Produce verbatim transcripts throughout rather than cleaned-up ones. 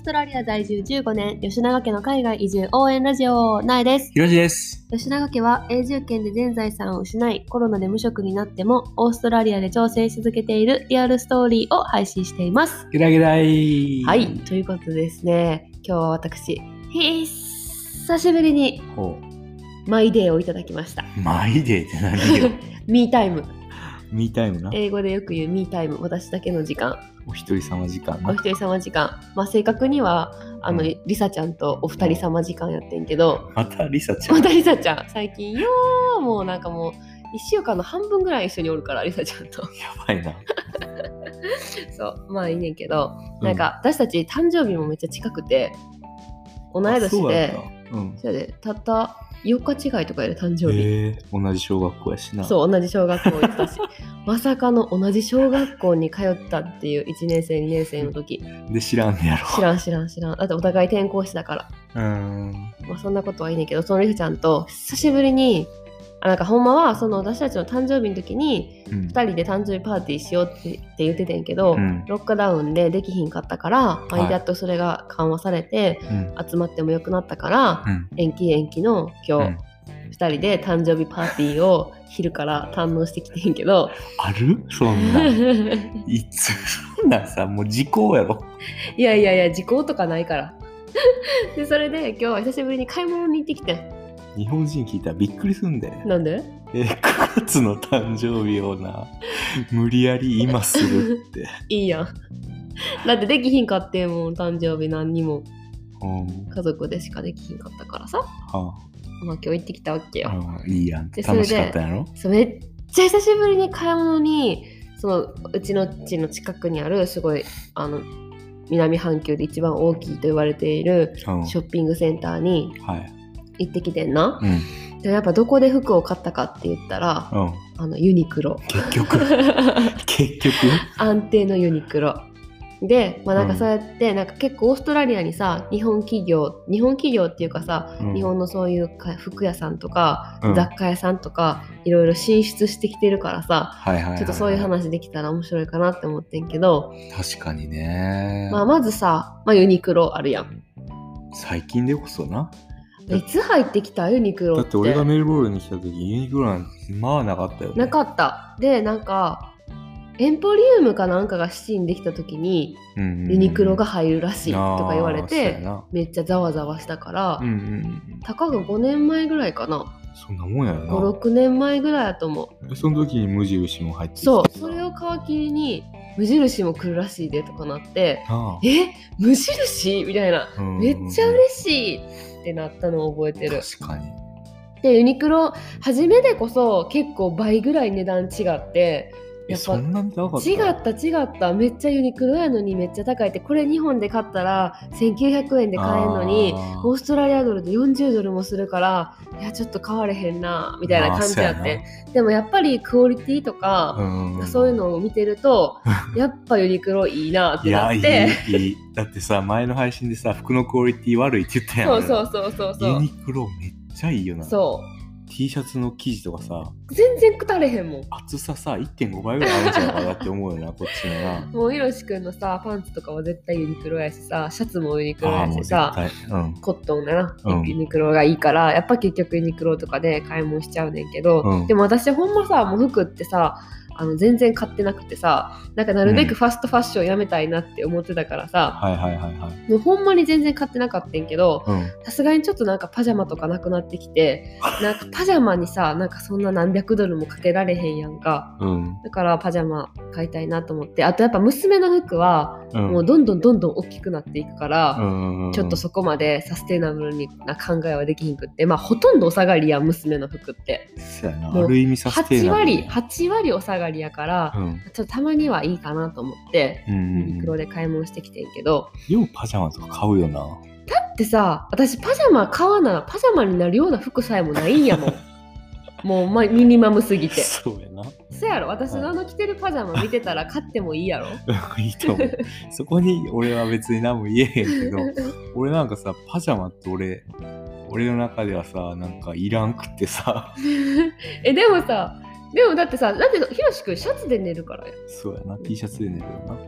ストラリア在住じゅうごねん、吉永家の海外移住応援ラジオ、なえです。 ひろじです。 吉永家は永住権で全財産を失い、コロナで無職になってもオーストラリアで挑戦し続けているリアルストーリーを配信しています。 ゲラゲラい。 はい、ということでですね、今日は私久しぶりにマイデーをいただきました。 マイデーって何よミータイム。 ミータイムな。 英語でよく言うミータイム、私だけの時間。 お一人様時間な。 お一人様時間。まあ正確にはあの、うん、リサちゃんとお二人様時間やってんけど。 またリサちゃん。 またリサちゃん。最近よーもうなんかもういっしゅうかんの半分ぐらい一緒におるからリサちゃんと。 やばいな。 そうまあいいねんけど、なんか私たち誕生日もめっちゃ近くて同い年で、うん、それでたったよっか違いとかやる誕生日、 えー、同じ小学校やしな。 そう同じ小学校行ったしまさかの同じ小学校に通ったっていういちねん生にねん生の時で知らんねやろ。 知らん知らん知らん。だってお互い転校してたから。 うーん、 まあそんなことはいいねんけど、そのリサちゃんと久しぶりにあなんかほんまはその私たちの誕生日の時にふたりで誕生日パーティーしようって、って言っててんけど、うん、ロックダウンでできひんかったから、はい、やっとそれが緩和されて、うん、集まってもよくなったから、うん、延期延期の今日、うんふたりで誕生日パーティーを昼から堪能してきてんけど、 あるそんないつそんなさもう時効やろ。 いやいやいや時効とかないからでそれで今日は久しぶりに買い物に行ってきてん。 日本人聞いたらびっくりすんで。 なんで？ えくがつの誕生日をな無理やり今するっていいやん。だってできひんかってんもん誕生日何にも、うん、家族でしかできひんかったからさ、はあまあ、今日行ってきたわけよ。 あいいやん。楽しかったやろ。 そうめっちゃ久しぶりに買い物にそのうちの家の近くにあるすごいあの南半球で一番大きいと言われているショッピングセンターに行ってきてんな、はいうん、でやっぱどこで服を買ったかって言ったら、うん、あのユニクロ。 結局結局安定のユニクロで、まあ、なんかそうやって、うん、なんか結構オーストラリアにさ日本企業日本企業っていうかさ、うん、日本のそういう服屋さんとか、うん、雑貨屋さんとかいろいろ進出してきてるからさ、はいはいはいはい、ちょっとそういう話できたら面白いかなって思ってんけど。 確かにね、 まあ、まずさ、まあ、ユニクロあるやん。 最近でこそな。 いつ入ってきたユニクロって。 だって俺がメルボルンに来た時ユニクロなんてまあなかったよね。 なかった。でなんかエンポリウムかなんかが七人できた時に、うんうんうん、ユニクロが入るらしいとか言われてめっちゃざわざわしたから、うんうんうん、たかがごねんまえぐらいかな。 そんなもんやな。 ごろくねんまえぐらいだと思う。その時に無印も入ってきて。 そうそれを皮切りに無印も来るらしいでとかなって、ああえ無印みたいな、うんうんうん、めっちゃ嬉しいってなったのを覚えてる。 確かに。 でユニクロ初めてこそ結構倍ぐらい値段違ってやっぱそんなに高かった？ 違った違っためっちゃユニクロやのにめっちゃ高いって。これ日本で買ったらせんきゅうひゃくえんで買えるのにオーストラリアドルでよんじゅうドルもするからいやちょっと買われへんなみたいな感じやって、でもやっぱりクオリティとかそういうのを見てるとやっぱユニクロいいなってなって。いやいいいいだってさ前の配信でさ服のクオリティ悪いって言ったやん。 そうそうそうそうそう。 ユニクロめっちゃいいよな。そう T シャツの生地とかさ全然くたれへんもん。 厚ささ いってんご 倍ぐらいあるんじゃないかなって思うよなこっちのな。 もうひろしくんのさパンツとかは絶対ユニクロやしさシャツもユニクロやしさ、うん、コットンだな、うん、ユニクロがいいからやっぱ結局ユニクロとかで買い物しちゃうねんけど、うん、でも私ほんまさもう服ってさあの全然買ってなくてさなんかなるべくファストファッションやめたいなって思ってたからさ、うん、はいはいはいはい、もうほんまに全然買ってなかったんけどさすがにちょっとなんかパジャマとかなくなってきてなんかパジャマにさなんかそんな何百ドルもかけられへんやんか、うん、だからパジャマ買いたいなと思って。あとやっぱ娘の服はもうどんどんどんどん大きくなっていくから、うん、ちょっとそこまでサステナブルな考えはできひんくって、まあほとんどお下がりやん娘の服って。 そうやな、ある意味サステナブル。はち割はち割お下がりやから、うん、ちょっとたまにはいいかなと思って、うん、ユニクロで買い物してきてんけど。 ようパジャマとか買うよな。 だってさ私パジャマ買わなパジャマになるような服さえもないんやもんもう、ま、ミニマムすぎて。 そうやな。 そうやろ。私のあの着てるパジャマ見てたら買ってもいいやろいいと思う。そこに俺は別に何も言えへんけど俺なんかさパジャマって俺俺の中ではさなんかいらんくってさえでもさでもだってさだってひろしくんシャツで寝るからや。 そうやな T シャツで寝るよな。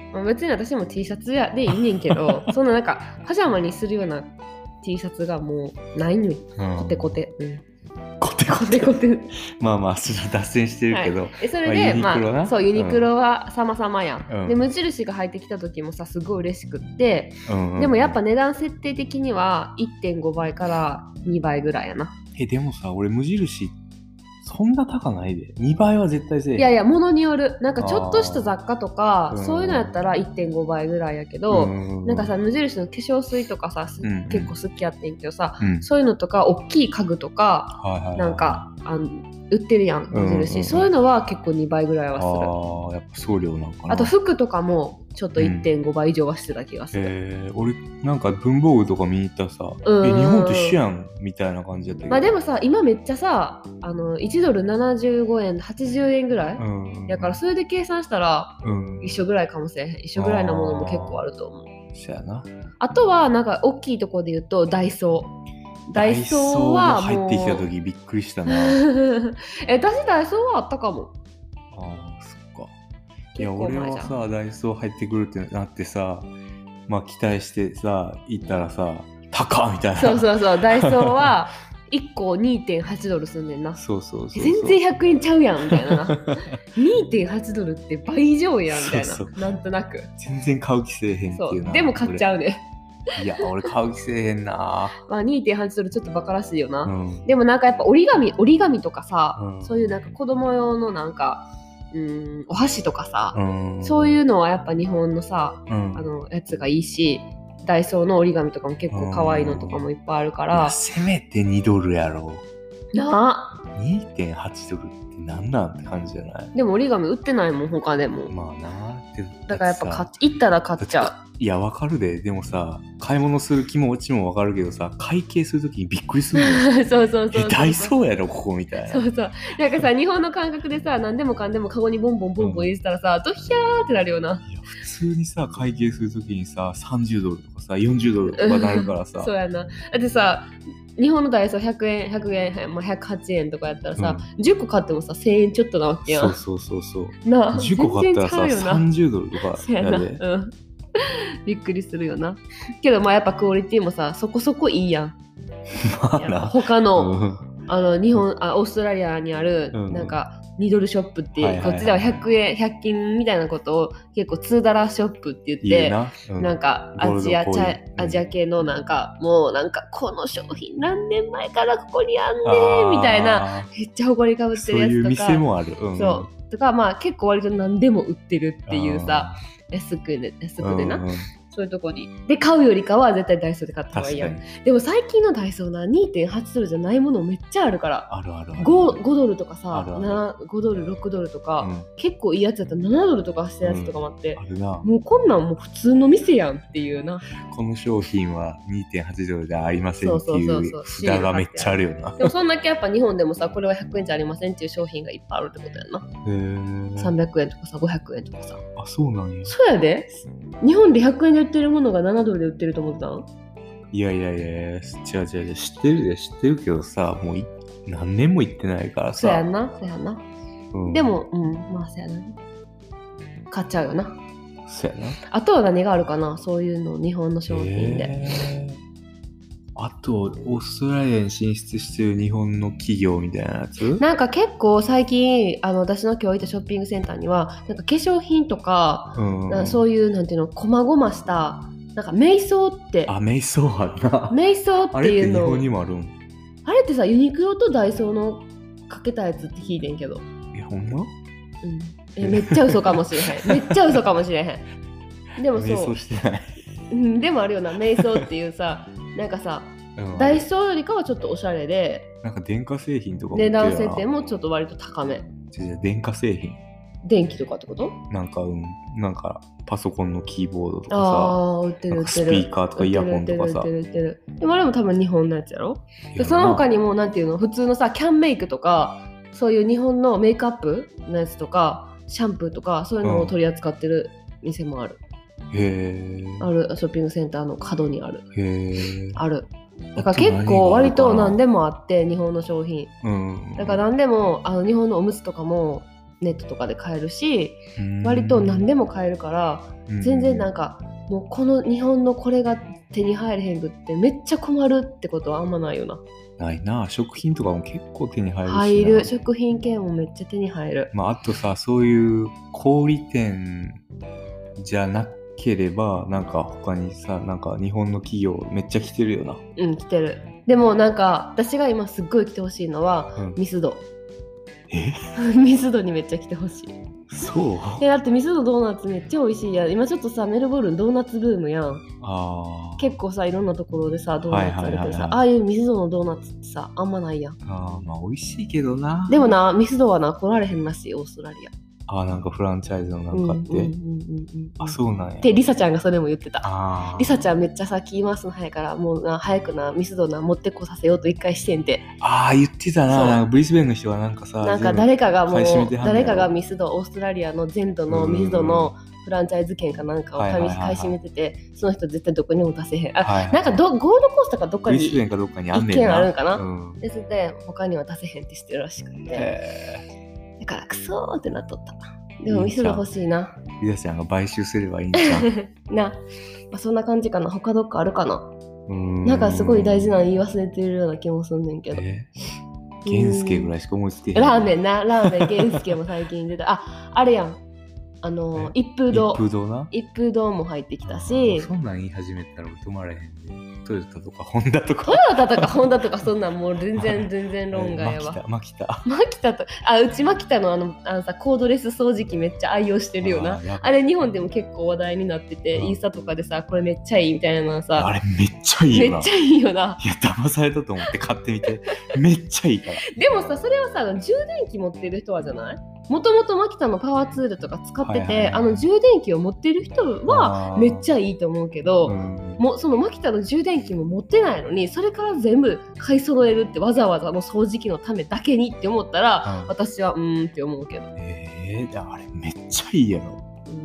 まあ、別に私も T シャツやでいいねんけどそんななんかパジャマにするような T シャツがもうないのよ、うん、コテコテ、うん、 コテコテコテまあまあそれ脱線してるけど、はい、 それで、まあ、まあ、そうユニクロは様々やん、うん、で無印が入ってきた時もさすごい嬉しくって、うんうん、でもやっぱ値段設定的には いってんご 倍からにばいぐらいやな。 えでもさ俺無印そんな高ないでにばいは絶対せえへん。 いやいや物によるなんかちょっとした雑貨とかそういうのやったら いってんご 倍ぐらいやけど、んなんかさ無印の化粧水とかさ、うんうん、結構好きやってんけどさ、うん、そういうのとか大きい家具とか、はいはいはい、なんかあの売ってるやん無印、うんうんうん、そういうのは結構にばいぐらいはする。 あやっぱ送料なんかな。 あと服とかもちょっと いってんご 倍以上はしてた気がする、うんえー、俺なんか文房具とか見に行ったらさえ日本と一緒やんみたいな感じやったけど、 まあ、でもさ今めっちゃさあのいちドルななじゅうごえんはちじゅうえんぐらい、うん、だからそれで計算したら一緒ぐらいかもしれへん、一緒ぐらいのものも結構あると思う。 そうやな。 あとはなんか大きいところで言うとダイソーダイソーはもう入ってきた時びっくりしたなえ私ダイソーはあったかも。 ああそっか。いや俺はさダイソー入ってくるってなってさまあ期待してさ行ったらさ高っみたいな。 そうそうそうダイソーはいっこ にてんはち ドルすんねんな。 そうそうそうそう全然ひゃくえんちゃうやんみたいなにてんはち ドルって倍以上やんみたいな。そうそうなんとなく全然買う気せえへんっていうな。 でも買っちゃうね。 いや俺買う気せえへんなまあ にてんはち ドルちょっとバカらしいよな、うん、でもなんかやっぱ折り紙折り紙とかさ、うん、そういうなんか子供用のなんかうんお箸とかさ、うん、そういうのはやっぱ日本のさ、うん、あのやつがいいしダイソーの折り紙とかも結構可愛いのとかもいっぱいあるから、 せめてにドルやろなにてんはち ドルってなんなんって感じじゃない。 でも折り紙売ってないもん他でも。 まあなってだからやっぱ買っ行ったら買っちゃう。 いやわかるで。でもさ買い物する気持ちもわかるけどさ会計するときにびっくりするのそうそうそうそう。 えダイソーやろここみたいな。 そうそうなんかさ日本の感覚でさ何でもかんでもカゴにボンボンボンボン入れてたらさ、うん、ドヒャーってなるよな。 いや普通にさ会計するときにささんじゅうドルとかさよんじゅうドルとかなるからさそうやな。だってさ日本のダイソーひゃくえんひゃくえん、まあ、ひゃくはちえんとかやったらさ、うん、じゅっこ買ってもさせんえんちょっとなわけやん。 そうそうそうそうなじゅっこ買ったらささんじゅうドルとかやで、うん、 びっくりするよな。けどまあやっぱクオリティもさそこそこいいやん。まあな他の、うん、あの日本あオーストラリアにある、うん、なんかにドルショップって、はいはいはい、こっちではひゃくえんひゃく均みたいなことを結構ツーダラーショップって言って、な、うん、なんかアジアチャアジア系のなんかもうなんかこの商品何年前からここにあんねんみたいなめっちゃ誇りかぶってるやつとかそういう店もある、 うん、そうとかまあ結構割と何でも売ってるっていうさ安くで安くでな、うんうん、そういうとこにで買うよりかは絶対ダイソーで買った方がいいやん。でも最近のダイソーな にてんはち ドルじゃないものめっちゃあるからあるあるある 5, ごドルとかさあるあるなごドルろくドルとか、うん、結構いいやつだったらななドルとかしたやつとかもあって、うん、あるな。もうこんなんもう普通の店やんっていうな。 この商品は にてんはち ドルではありませんっていう札がめっちゃあるよな。 でもそんだけやっぱ日本でもさこれはひゃくえんじゃありませんっていう商品がいっぱいあるってことやな。へーさんびゃくえんとかさごひゃくえんとかさ。 あそうなんや。 そうやで日本でひゃくえんで売ってるものがななドルで売ってると思ったん？ いやいやいや違う違う違う知ってるで知ってるけどさもうい何年も行ってないからさ。 そうやなそうやな、うん、でもうんまあそうやな買っちゃうよな。 そうやな。 あとは何があるかなそういうの日本の商品で。 あとオーストラリアに進出してる日本の企業みたいなやつなんか結構最近あの私の今日行ったショッピングセンターにはなんか化粧品とか、うん、そういうなんていうのこまごましたなんか瞑想ってあ瞑想あるな瞑想っていうのあれって日本にもあるんあれってさユニクロとダイソーのかけたやつって聞いてんけどえほんま、うん、 えめっちゃ嘘かもしれへんめっちゃ嘘かもしれへんでもそう瞑想してない、 うん、でもあるよな瞑想っていうさなんかさ、うん、ダイソーよりかはちょっとおしゃれでなんか電化製品とかも値段設定もちょっと割と高め違う電化製品電気とかってことなんかうんなんかパソコンのキーボードとかさあ売ってる売ってるスピーカーとかイヤホンとかさ売ってる売ってる売ってるでもあれも多分日本のやつやろでその他にもなんていうの普通のさキャンメイクとかそういう日本のメイクアップのやつとかシャンプーとかそういうのを取り扱ってる店もある、 うん、へーあるショッピングセンターの角にあるへーあるだから結構割と何でもあって日本の商品、うん、だから何でもあの日本のおむつとかもネットとかで買えるし、割と何でも買えるから、全然なんかもうこの日本のこれが手に入れへんくってめっちゃ困るってことはあんまないよな。 ないな。食品とかも結構手に入るしな。 入る。食品系もめっちゃ手に入る。 まあ、あとさ、そういう小売店じゃなければなんか他にさ、なんか日本の企業めっちゃ来てるよな。 うん、来てる。でもなんか私が今すっごい来てほしいのは、うん、ミスド。 えミスドにめっちゃ来てほしい。 そうえだってミスドドーナツめっちゃ美味しいやん。今ちょっとさメルボルンドーナツブームやん。 あ結構さいろんなところでさドーナツあるけどさ、ああいうミスドのドーナツってさあんまないやん。 あまあ美味しいけどな。 でもなミスドはな来られへんらしいオーストラリア。 あなんかフランチャイズのなんかあって、あそうなんや。 でリサちゃんがそれも言ってた。 あリサちゃんめっちゃさ気回すの早いからもうな早くなミスドな持ってこさせようと一回してんて。 ああ言ってたな。なんかブリスベンの人はなんかさなんか誰かがもう誰かがミスドオーストラリアの全土のミスドのフランチャイズ権かなんかを買い占めてて、その人絶対どこにも出せへん。あ、はいはい、なんかどゴールドコーストかどっかに一軒あるんかな。うん、でそれで他には出せへんってしてるらしくて。だからクソーってなっとった。でもミスド欲しいな。 リサちゃんが買収すればいいんじゃん。 な、まあ、そんな感じかな。他どっかあるかな。うーんなんかすごい大事なの言い忘れてるような気もすんねんけど。えー、ゲンスケぐらいしか思いつけへん。 ラーメンな、ラーメンゲンスケも最近出た。あ、あれやん。あの一風堂。 一風堂な。 一風堂も入ってきたし。 そんなん言い始めたら止まれへんで。トヨタとかホンダとかトヨタとかホンダとかそんなんもう全然全然論外やわ。 マキタマキタとあうちマキタのあのあのさコードレス掃除機めっちゃ愛用してるよな。 あ, あれ日本でも結構話題になってて、インスタとかでさこれめっちゃいいみたいなのさあれめっちゃいいよな。 めっちゃいいよな。 いや騙されたと思って買ってみてめっちゃいいから。 でもさそれはさ充電器持ってる人はじゃない？もともとマキタのパワーツールとか使ってて、はいはいはい、あの充電器を持ってる人はめっちゃいいと思うけど、うん、もそのマキタの充電器も持ってないのにそれから全部買い揃えるってわざわざの掃除機のためだけにって思ったら、うん、私はうーんって思うけど。 えー、あれめっちゃいいやろ。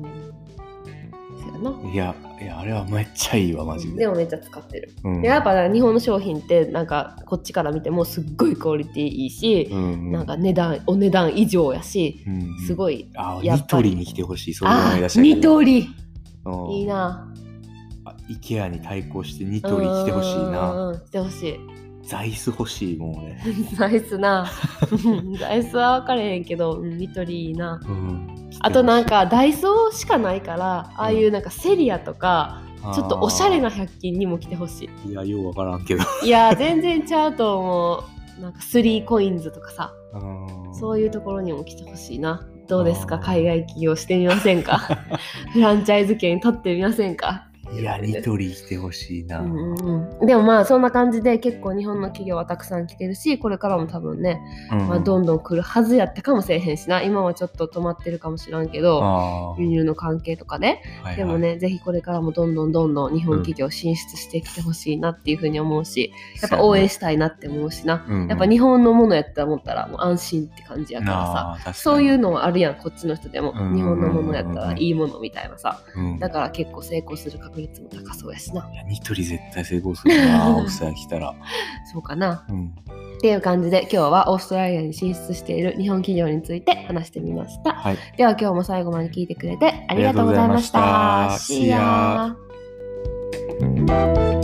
いやいやあれはめっちゃいいわマジで。 でもめっちゃ使ってる、うん、でやっぱ日本の商品ってなんかこっちから見てもすっごいクオリティいいし、うんうん、なんか値段お値段以上やし、うんうん、すごいあやっぱりニトリに来てほしい。そう思い出したけどニトリいいな。 あイケアに対抗してニトリ来てほしいな。 来てほしい。 座椅子欲しいもうね。 座椅子な座椅子は分かれへんけどニトリいいな、うん、あとなんかダイソーしかないからああいうなんかセリアとか、うん、ちょっとおしゃれなひゃく均にも来てほしい。 いやよう分からんけどいや全然ちゃうと思う。なんかスリーコインズとかさそういうところにも来てほしいな。どうですか海外起業してみませんかフランチャイズ権取ってみませんか。 いやニトリ来てほしいな、 うんうん、でもまあそんな感じで結構日本の企業はたくさん来てるしこれからも多分ね、うんまあ、どんどん来るはずやったかもしれへんしな。今はちょっと止まってるかもしらんけど輸入の関係とかで、はいはい、でもねぜひこれからもどんどんどんどん日本企業進出してきてほしいなっていうふうに思うし、やっぱ応援したいなって思うしな、うんうん、やっぱ日本のものやったら思ったらもう安心って感じやからさそういうのはあるやんこっちの人でも、うんうんうんうん、日本のものやったらいいものみたいなさ、うん、だから結構成功する確率も高そうやしな。 いやニトリ絶対成功するなオーストラリア来たらそうかな、うん、っていう感じで今日はオーストラリアに進出している日本企業について話してみました、はい、では今日も最後まで聞いてくれてありがとうございました。 See ya